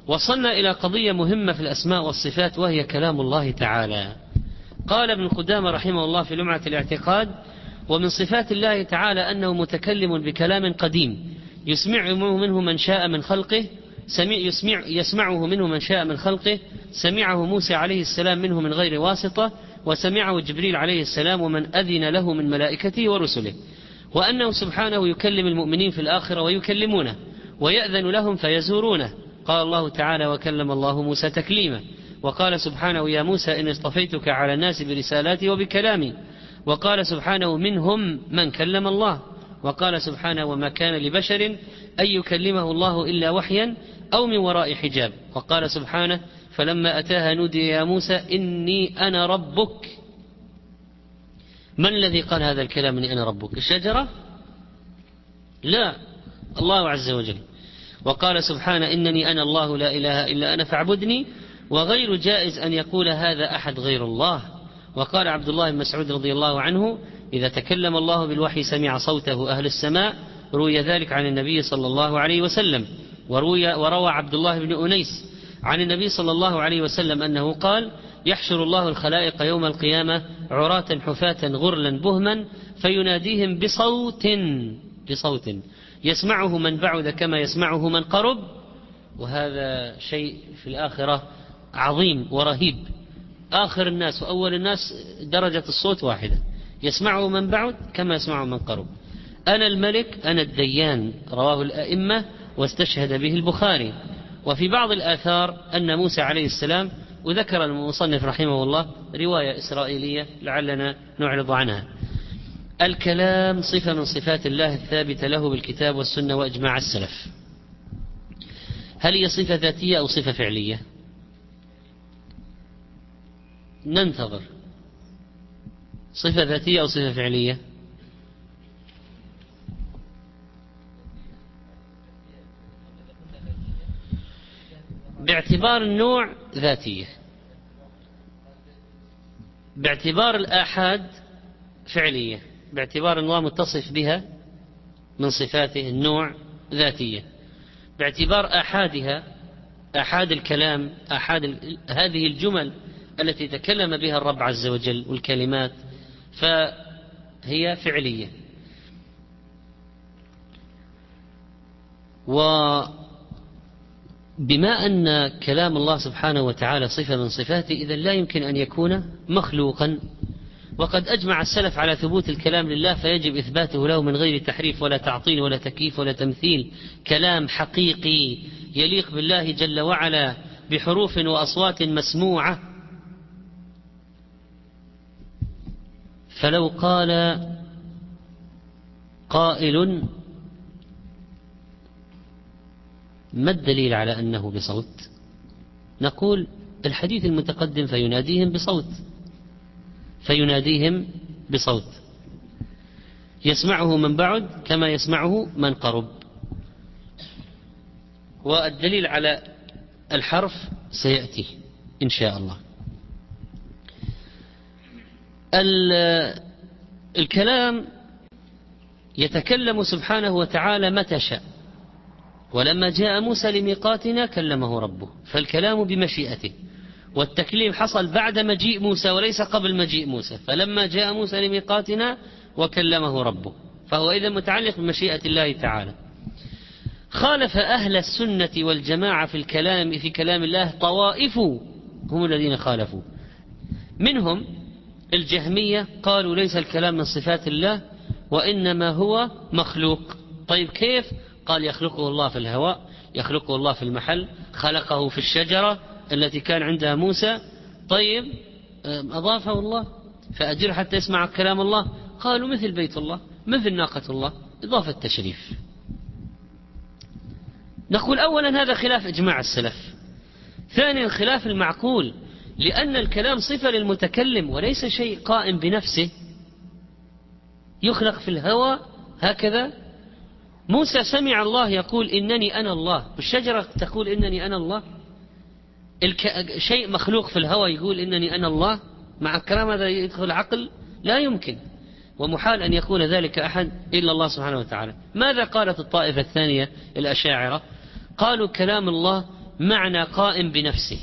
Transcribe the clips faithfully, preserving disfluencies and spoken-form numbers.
وصلنا إلى قضية مهمة في الأسماء والصفات، وهي كلام الله تعالى. قال ابن قدامة رحمه الله في لمعة الاعتقاد: ومن صفات الله تعالى أنه متكلم بكلام قديم يسمعه منه من شاء من خلقه سمع يسمع يسمعه منه من شاء من خلقه سمعه موسى عليه السلام منه من غير واسطة، وسمعه جبريل عليه السلام ومن أذن له من ملائكته ورسله، وأنه سبحانه يكلم المؤمنين في الآخرة ويكلمونه ويأذن لهم فيزورونه. قال الله تعالى: وكلم الله موسى تكليما. وقال سبحانه: يا موسى إن اصطفيتك على الناس برسالاتي وبكلامي. وقال سبحانه: منهم من كلم الله. وقال سبحانه: وما كان لبشر أن يكلمه الله إلا وحيا أو من وراء حجاب. وقال سبحانه: فلما أتاها نودي يا موسى إني أنا ربك. من الذي قال هذا الكلام إني أنا ربك؟ الشجرة؟ لا، الله عز وجل. وقال سبحانه: إنني أنا الله لا إله إلا أنا فاعبدني. وغير جائز أن يقول هذا أحد غير الله. وقال عبد الله بن مسعود رضي الله عنه: إذا تكلم الله بالوحي سمع صوته أهل السماء. روي ذلك عن النبي صلى الله عليه وسلم. وروي وروى عبد الله بن أنيس عن النبي صلى الله عليه وسلم أنه قال: يحشر الله الخلائق يوم القيامة عراة حفاة غرلا بهما فيناديهم بصوت بصوت يسمعه من بعد كما يسمعه من قرب. وهذا شيء في الآخرة عظيم ورهيب. آخر الناس وأول الناس درجة الصوت واحدة، يسمعه من بعد كما يسمعه من قرب. أنا الملك أنا الديان، رواه الأئمة واستشهد به البخاري. وفي بعض الآثار أن موسى عليه السلام، وذكر المصنف رحمه الله رواية إسرائيلية لعلنا نعرض عنها: الكلام صفة من صفات الله الثابتة له بالكتاب والسنة وإجماع السلف. هل هي صفة ذاتية أو صفة فعلية؟ ننتظر. صفة ذاتية أو صفة فعلية؟ باعتبار النوع ذاتية، باعتبار الآحاد فعلية، باعتبار الله متصف بها من صفاته النوع ذاتية، باعتبار آحادها آحاد الكلام آحاد هذه الجمل التي تكلم بها الرب عز وجل والكلمات فهي فعلية. وبما أن كلام الله سبحانه وتعالى صفة من صفاته إذن لا يمكن أن يكون مخلوقا. وقد أجمع السلف على ثبوت الكلام لله، فيجب إثباته له من غير تحريف ولا تعطيل ولا تكييف ولا تمثيل. كلام حقيقي يليق بالله جل وعلا بحروف وأصوات مسموعة. فلو قال قائل: ما الدليل على أنه بصوت؟ نقول: الحديث المتقدم: فيناديهم بصوت فيناديهم بصوت يسمعه من بعد كما يسمعه من قرب. والدليل على الحرف سيأتي إن شاء الله. الكلام يتكلم سبحانه وتعالى متى شاء، ولما جاء موسى لميقاتنا كلمه ربه، فالكلام بمشيئته، والتكليم حصل بعد مجيء موسى وليس قبل مجيء موسى، فلما جاء موسى لميقاتنا وكلمه ربه، فهو إذا متعلق بمشيئة الله تعالى. خالف أهل السنة والجماعة في الكلام في كلام الله طوائف هم الذين خالفوا، منهم الجهمية قالوا ليس الكلام من صفات الله وإنما هو مخلوق. طيب كيف؟ قال: يخلقه الله في الهواء، يخلقه الله في المحل، خلقه في الشجرة التي كان عندها موسى. طيب أضافه الله فأجر حتى يسمع كلام الله. قالوا: مثل بيت الله، مثل ناقة الله، إضافة تشريف. نقول: أولا هذا خلاف إجماع السلف. ثانيا خلاف المعقول، لأن الكلام صفة للمتكلم وليس شيء قائم بنفسه يخلق في الهواء هكذا. موسى سمع الله يقول: إنني أنا الله، والشجرة تقول: إنني أنا الله. الك... شيء مخلوق في الهواء يقول: إنني أنا الله، مع الكلام هذا يدخل عقل؟ لا يمكن، ومحال أن يكون ذلك أحد إلا الله سبحانه وتعالى. ماذا قالت الطائفة الثانية الأشاعرة؟ قالوا: كلام الله معنى قائم بنفسه.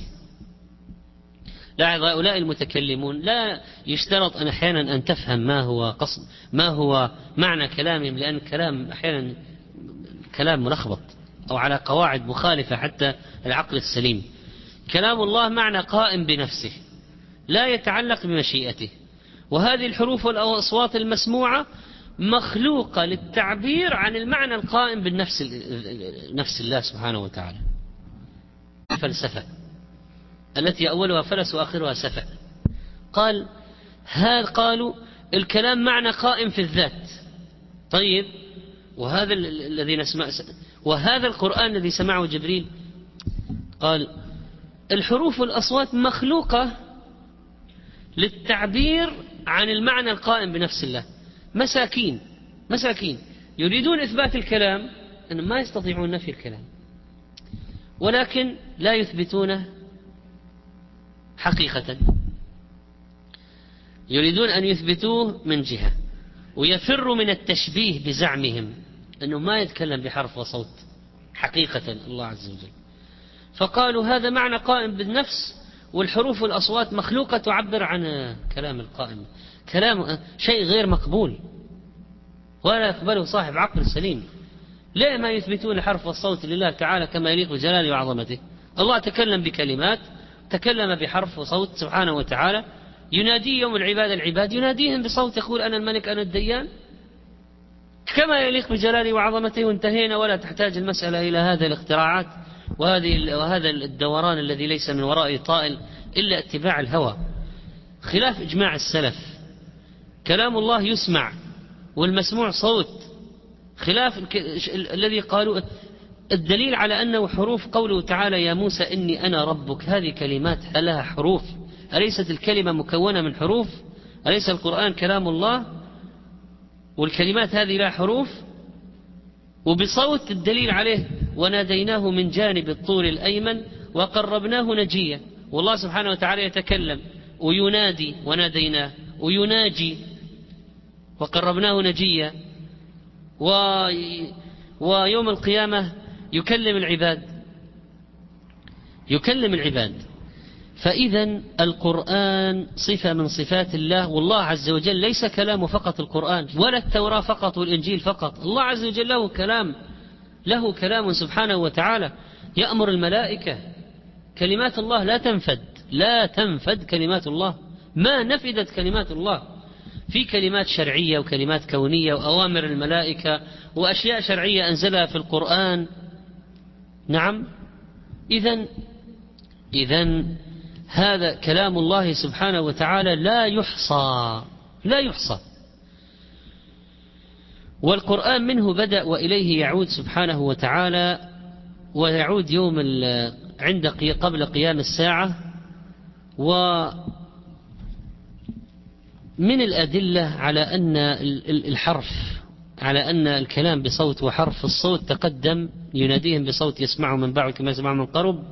لاحظ هؤلاء المتكلمون لا يشترط أن أحيانا أن تفهم ما هو قصد ما هو معنى كلامهم، لأن الكلام أحيانا كلام ملخبط أو على قواعد مخالفة حتى العقل السليم. كلام الله معنى قائم بنفسه لا يتعلق بمشيئته، وهذه الحروف والأصوات المسموعة مخلوقة للتعبير عن المعنى القائم بالنفس نفس الله سبحانه وتعالى. فلسفة التي أولها فلس وآخرها سفة. قال هذا قالوا الكلام معنى قائم في الذات. طيب وهذا الذي نسمع وهذا القرآن الذي سمعه جبريل، قال الحروف والأصوات مخلوقة للتعبير عن المعنى القائم بنفس الله. مساكين مساكين يريدون إثبات الكلام أنهم ما يستطيعون نفي الكلام، ولكن لا يثبتونه حقيقة، يريدون أن يثبتوه من جهة، ويفروا من التشبيه بزعمهم أنه ما يتكلم بحرف وصوت حقيقة الله عز وجل. فقالوا هذا معنى قائم بالنفس، والحروف والأصوات مخلوقة تعبر عن كلام القائم، كلام شيء غير مقبول ولا يقبله صاحب عقل سليم. ليه ما يثبتون حرف والصوت لله تعالى كما يليق بجلاله وعظمته؟ الله تكلم بكلمات، تكلم بحرف وصوت سبحانه وتعالى، ينادي يوم العباد العباد يناديهم بصوت يقول أنا الملك أنا الديان كما يليق بجلاله وعظمته، وانتهينا، ولا تحتاج المسألة إلى هذه الاختراعات وهذه وهذا الدوران الذي ليس من وراء طائل إلا اتباع الهوى، خلاف إجماع السلف. كلام الله يسمع والمسموع صوت، خلاف الذي قالوا الدليل على أنه حروف قوله تعالى يا موسى إني أنا ربك، هذه كلمات لها حروف، أليست الكلمة مكونة من حروف؟ أليس القرآن كلام الله والكلمات هذه لها حروف؟ وبصوت الدليل عليه وناديناه من جانب الطور الأيمن وقربناه نجيا، والله سبحانه وتعالى يتكلم وينادي وناديناه ويناجي وقربناه نجيا، و... ويوم القيامة يكلم العباد يكلم العباد. فإذا القرآن صفة من صفات الله، والله عز وجل ليس كلامه فقط القرآن ولا التوراة فقط والإنجيل فقط، الله عز وجل له كلام له كلام سبحانه وتعالى يأمر الملائكة. كلمات الله لا تنفد لا تنفد كلمات الله، ما نفدت كلمات الله. في كلمات شرعية وكلمات كونية وأوامر الملائكة وأشياء شرعية أنزلها في القرآن. نعم، إذن إذن هذا كلام الله سبحانه وتعالى لا يحصى لا يحصى والقرآن منه بدأ وإليه يعود سبحانه وتعالى، ويعود يوم عند قبل قيام الساعة. ومن الأدلة على أن الحرف على أن الكلام بصوت وحرف، الصوت تقدم يناديهم بصوت يسمعه من بعد كما يسمعه من قرب،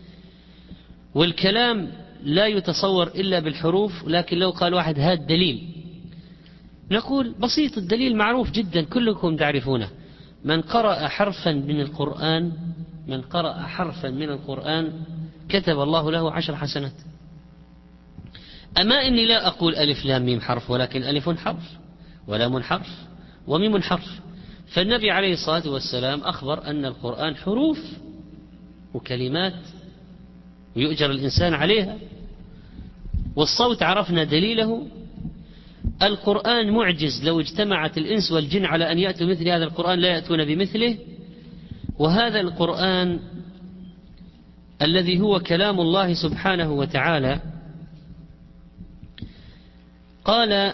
والكلام لا يتصور إلا بالحروف. لكن لو قال واحد هذا دليل، نقول بسيط، الدليل معروف جدا كلكم تعرفونه. من قرأ حرفا من القرآن من قرأ حرفا من القرآن كتب الله له عشر حسنات. أما إني لا أقول ألف لام ميم حرف، ولكن ألف حرف ولام حرف وميم حرف. فالنبي عليه الصلاة والسلام أخبر أن القرآن حروف وكلمات ويؤجر الإنسان عليها. والصوت عرفنا دليله، القرآن معجز، لو اجتمعت الإنس والجن على أن يأتوا مثل هذا القرآن لا يأتون بمثله. وهذا القرآن الذي هو كلام الله سبحانه وتعالى، قال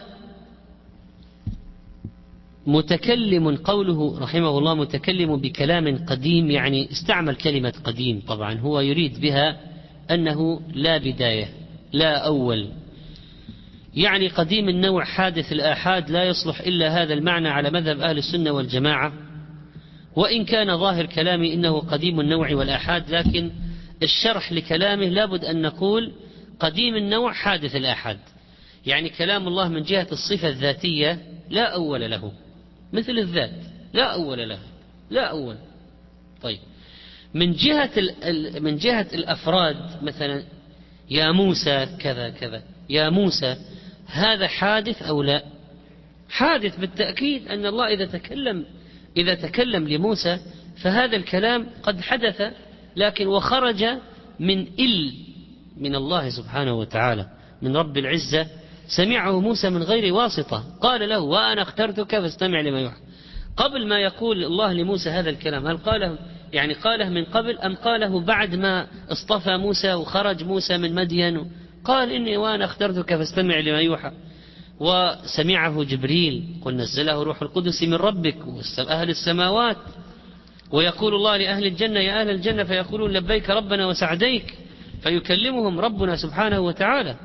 متكلم، قوله رحمه الله متكلم بكلام قديم، يعني استعمل كلمة قديم، طبعا هو يريد بها أنه لا بداية لا أول، يعني قديم النوع حادث الآحاد، لا يصلح إلا هذا المعنى على مذهب أهل السنة والجماعة. وإن كان ظاهر كلامي إنه قديم النوع والآحاد، لكن الشرح لكلامه لابد أن نقول قديم النوع حادث الآحاد، يعني كلام الله من جهة الصفة الذاتية لا أول له، مثل الذات لا أول له لا أول. طيب، من جهة من جهة الأفراد مثلا يا موسى كذا كذا، يا موسى، هذا حادث أو لا؟ حادث بالتأكيد، أن الله إذا تكلم إذا تكلم لموسى فهذا الكلام قد حدث، لكن وخرج من إل من الله سبحانه وتعالى، من رب العزة، سمعه موسى من غير واسطة، قال له وأنا اخترتك فاستمع لما يوحى. قبل ما يقول الله لموسى هذا الكلام، هل قاله يعني قاله من قبل أم قاله بعد ما اصطفى موسى وخرج موسى من مدين؟ قال إني وأنا اخترتك فاستمع لما يوحى، وسمعه جبريل، قل نزله روح القدس من ربك وأهل السماوات. ويقول الله لأهل الجنة يا أهل الجنة فيقولون لبيك ربنا وسعديك، فيكلمهم ربنا سبحانه وتعالى.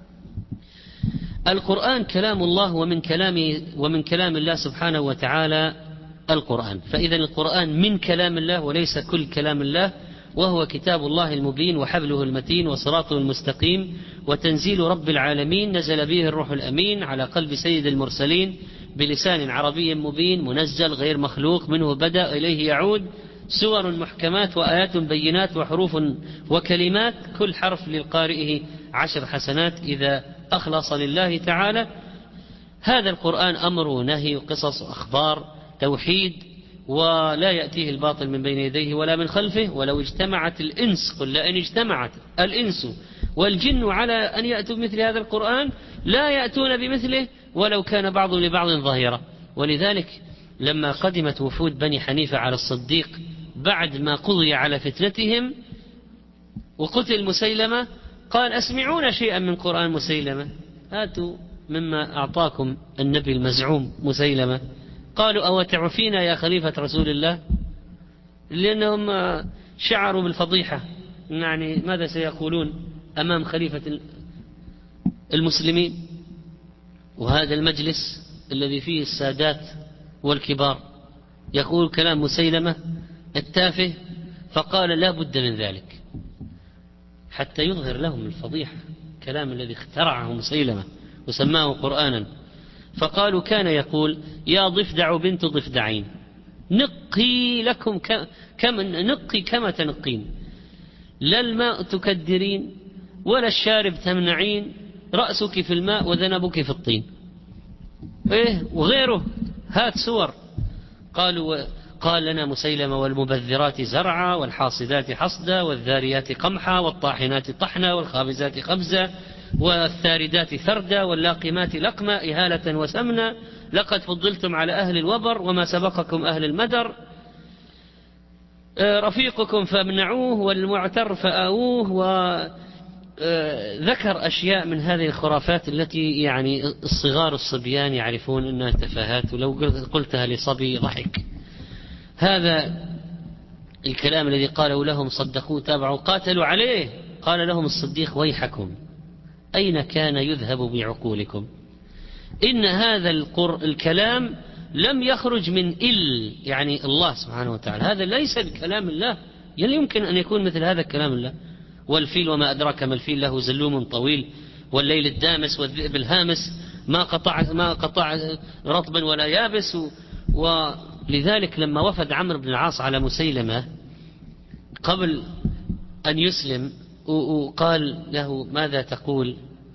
القرآن كلام الله، ومن كلام ومن كلام الله سبحانه وتعالى القرآن. فإذا القرآن من كلام الله وليس كل كلام الله، وهو كتاب الله المبين وحبله المتين وصراطه المستقيم وتنزيل رب العالمين، نزل به الروح الأمين على قلب سيد المرسلين بلسان عربي مبين منزل غير مخلوق، منه بدأ إليه يعود، سور محكمات وآيات بينات وحروف وكلمات، كل حرف للقارئه عشر حسنات إذا أخلص لله تعالى. هذا القرآن أمر ونهي وقصص وأخبار توحيد، ولا يأتيه الباطل من بين يديه ولا من خلفه. ولو اجتمعت الإنس، قل لئن اجتمعت الإنس والجن على أن يأتوا بمثل هذا القرآن لا يأتون بمثله ولو كان بعض لبعض ظهيرا. ولذلك لما قدمت وفود بني حنيفة على الصديق بعد ما قضي على فتنتهم وقتل مسيلمة، قال أسمعون شيئا من قرآن مسيلمة، هاتوا مما أعطاكم النبي المزعوم مسيلمة. قالوا أو تعفينا يا خليفة رسول الله، لأنهم شعروا بالفضيحة، يعني ماذا سيقولون أمام خليفة المسلمين، وهذا المجلس الذي فيه السادات والكبار يقول كلام مسيلمة التافه. فقال لا بد من ذلك حتى يظهر لهم الفضيحة، كلام الذي اخترعه مسيلمة وسماه قرآنا. فقالوا كان يقول يا ضفدع بنت ضفدعين نقي لكم كم نقي كما تنقين، لا الماء تكدرين ولا الشارب تمنعين، رأسك في الماء وذنبك في الطين. إيه وغيره، هات سور. قالوا قال لنا مسيلمة والمبذرات زرعا والحاصدات حصدا والذاريات قمحا والطاحنات طحنا والخابزات خبزا والثاردات ثردا واللاقمات لقما إهالة وسمنا، لقد فضلتم على أهل الوبر وما سبقكم أهل المدر، رفيقكم فامنعوه والمعتر فآووه. وذكر أشياء من هذه الخرافات التي يعني الصغار الصبيان يعرفون أنها تفاهات، ولو قلتها لصبي ضحك. هذا الكلام الذي قاله لهم صدقوه تابعوا قاتلوا عليه. قال لهم الصديق ويحكم أين كان يذهب بعقولكم؟ إن هذا الكلام لم يخرج من إل يعني الله سبحانه وتعالى، هذا ليس بكلام الله، يلي يمكن أن يكون مثل هذا كلام الله. والفيل وما أدراك ما الفيل له زلوم طويل والليل الدامس والذئب الهامس ما قطع ما قطع رطبا ولا يابس. ولذلك لما وفد عمرو بن العاص على مسيلمة قبل أن يسلم وقال له ماذا تقول،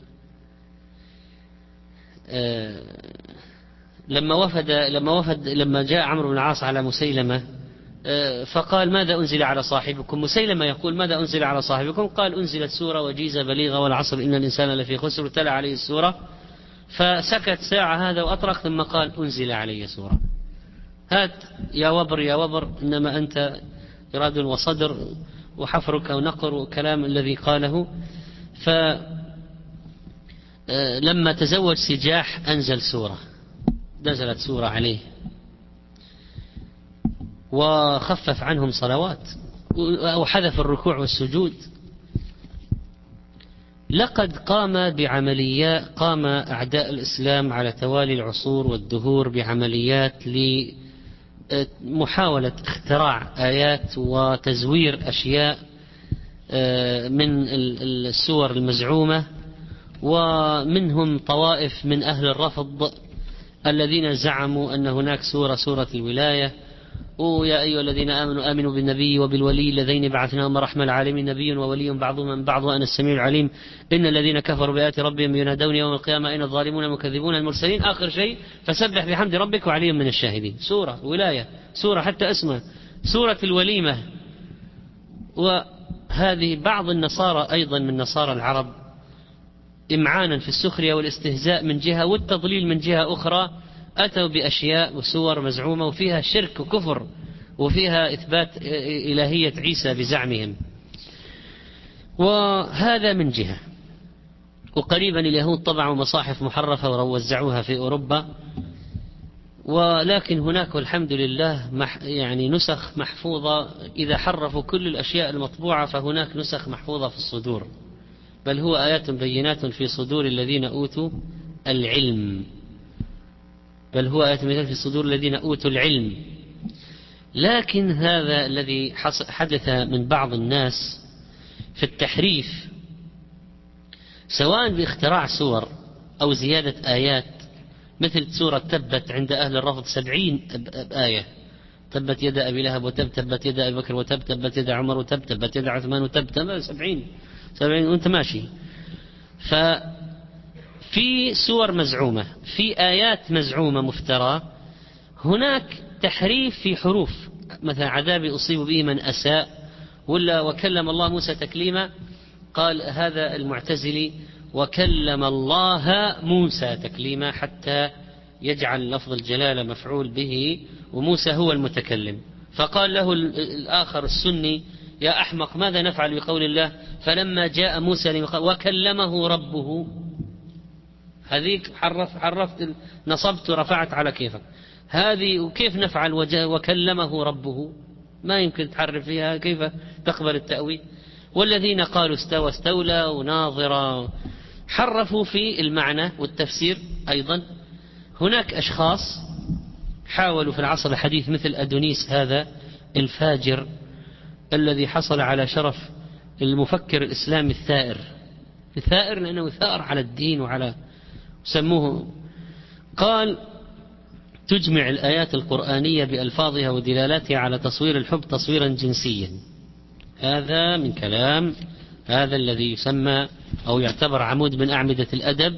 آه لما وفد لما وفد لما جاء عمرو بن العاص على مسيلمة آه فقال ماذا أنزل على صاحبكم؟ مسيلمة يقول ماذا أنزل على صاحبكم؟ قال أنزلت سورة وجيزة بليغة والعصر إن الإنسان لفي خسر، تلا عليه السورة فسكت ساعة هذا وأطرق ثم قال أنزل علي سورة. هات يا وبر يا وبر إنما أنت إراد وصدر وحفرك ونقر وكلام الذي قاله. فلما تزوج سجاح أنزل سورة، نزلت سورة عليه وخفف عنهم صلوات وحذف الركوع والسجود. لقد قام بعمليات قام أعداء الإسلام على توالي العصور والدهور بعمليات لمحاولة اختراع آيات وتزوير أشياء من السور المزعومة، ومنهم طوائف من أهل الرفض الذين زعموا أن هناك سورة سورة الولاية ويا أيها الذين آمنوا آمنوا بالنبي وبالولي الذين بعثناهم رحمة العالمين نبي وولي بعضهم من بعض وأنا السميع العليم إن الذين كفروا بآيات ربهم ينادون يوم القيامة أين الظالمون مكذبون المرسلين. آخر شيء فسبح بحمد ربك وعلي من الشاهدين. سورة ولاية، سورة حتى اسمها سورة الوليمة. وهذه بعض النصارى أيضا من نصارى العرب إمعانا في السخرية والاستهزاء من جهة والتضليل من جهة أخرى أتوا بأشياء وصور مزعومة وفيها شرك وكفر وفيها إثبات إلهية عيسى بزعمهم. وهذا من جهة. وقريبا اليهود طبعوا مصاحف محرفة ووزعوها في أوروبا، ولكن هناك والحمد لله يعني نسخ محفوظة. إذا حرفوا كل الأشياء المطبوعة فهناك نسخ محفوظة في الصدور، بل هو آيات بينات في صدور الذين أوتوا العلم بل هو آيات بينات في صدور الذين أوتوا العلم. لكن هذا الذي حدث من بعض الناس في التحريف، سواء باختراع سور أو زيادة آيات، مثل سورة تبت عند أهل الرفض سبعين آية، تبت يد أبي لهب وتب، تبت يد أبي بكر وتب، تبت يد عمر وتب، تبت يد عثمان وتب، تب سبعين سبعين وانت ماشي. ففي سور مزعومة، في آيات مزعومة مفترى، هناك تحريف في حروف، مثلا عذابي أصيب به من أساء، ولا وكلم الله موسى تكليما. قال هذا المعتزلي وكلم الله موسى تكليما حتى يجعل لفظ الجلالة مفعول به وموسى هو المتكلم. فقال له الآخر السني يا أحمق ماذا نفعل بقول الله فلما جاء موسى وكلمه ربه؟ هذيك حرف حرفت نصبت ورفعت على كيفك، هذه وكيف نفعل وكلمه ربه؟ ما يمكن تحرف فيها، كيف تقبل التأويل؟ والذين قالوا استوى استولى وناظرا حرفوا في المعنى والتفسير أيضا. هناك أشخاص حاولوا في العصر الحديث مثل أدونيس هذا الفاجر الذي حصل على شرف المفكر الإسلامي الثائر، الثائر لأنه ثار على الدين وعلى سموه. قال تجمع الآيات القرآنية بألفاظها ودلالاتها على تصوير الحب تصويرا جنسيا. هذا من كلام هذا الذي يسمى أو يعتبر عمود من أعمدة الأدب.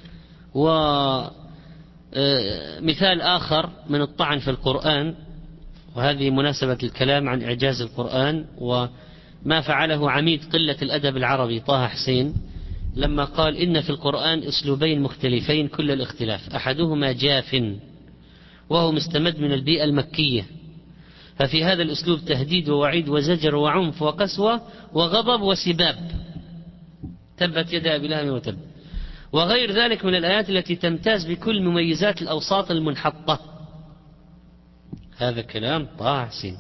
ومثال آخر من الطعن في القرآن، وهذه مناسبة الكلام عن إعجاز القرآن وما فعله عميد قلة الأدب العربي طه حسين لما قال إن في القرآن أسلوبين مختلفين كل الاختلاف، أحدهما جاف وهو مستمد من البيئة المكية، ففي هذا الأسلوب تهديد ووعيد وزجر وعنف وقسوة وغضب وسباب، تبت يد أبي لهب وتب، وغير ذلك من الآيات التي تمتاز بكل مميزات الأوساط المنحطة. هذا كلام طه حسين.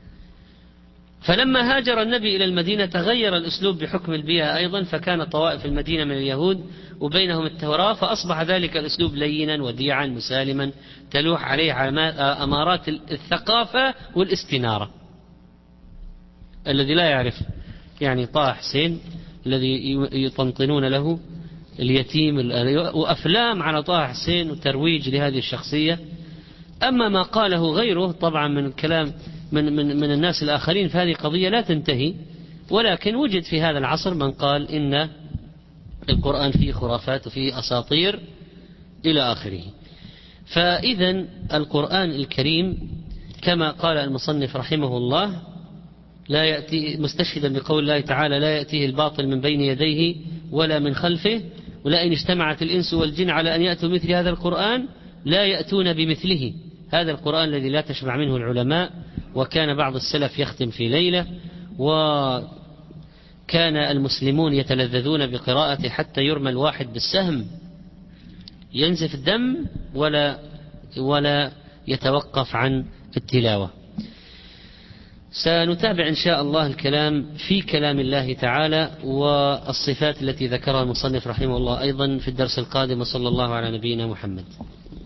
فلما هاجر النبي إلى المدينة تغير الأسلوب بحكم البيئة أيضا، فكان طوائف المدينة من اليهود وبينهم التوراة، فأصبح ذلك الأسلوب لينا وديعا مسالما تلوح عليه أمارات الثقافة والاستنارة. الذي لا يعرف يعني طه حسين الذي يطنطنون له اليتيم وأفلام على طه حسين وترويج لهذه الشخصية. أما ما قاله غيره طبعا من كلام من, من, من الناس الآخرين فهذه قضية لا تنتهي، ولكن وجد في هذا العصر من قال إن القرآن فيه خرافات وفيه أساطير إلى آخره. فإذا القرآن الكريم كما قال المصنف رحمه الله لا يأتي مستشهدا بقول الله تعالى لا يأتيه الباطل من بين يديه ولا من خلفه ولئن اجتمعت الإنس والجن على أن يأتوا مثل هذا القرآن لا يأتون بمثله. هذا القرآن الذي لا تشبع منه العلماء، وكان بعض السلف يختم في ليلة، وكان المسلمون يتلذذون بقراءته حتى يرمى الواحد بالسهم ينزف الدم ولا ولا يتوقف عن التلاوة. سنتابع إن شاء الله الكلام في كلام الله تعالى والصفات التي ذكرها المصنف رحمه الله أيضا في الدرس القادم، وصلى الله على نبينا محمد.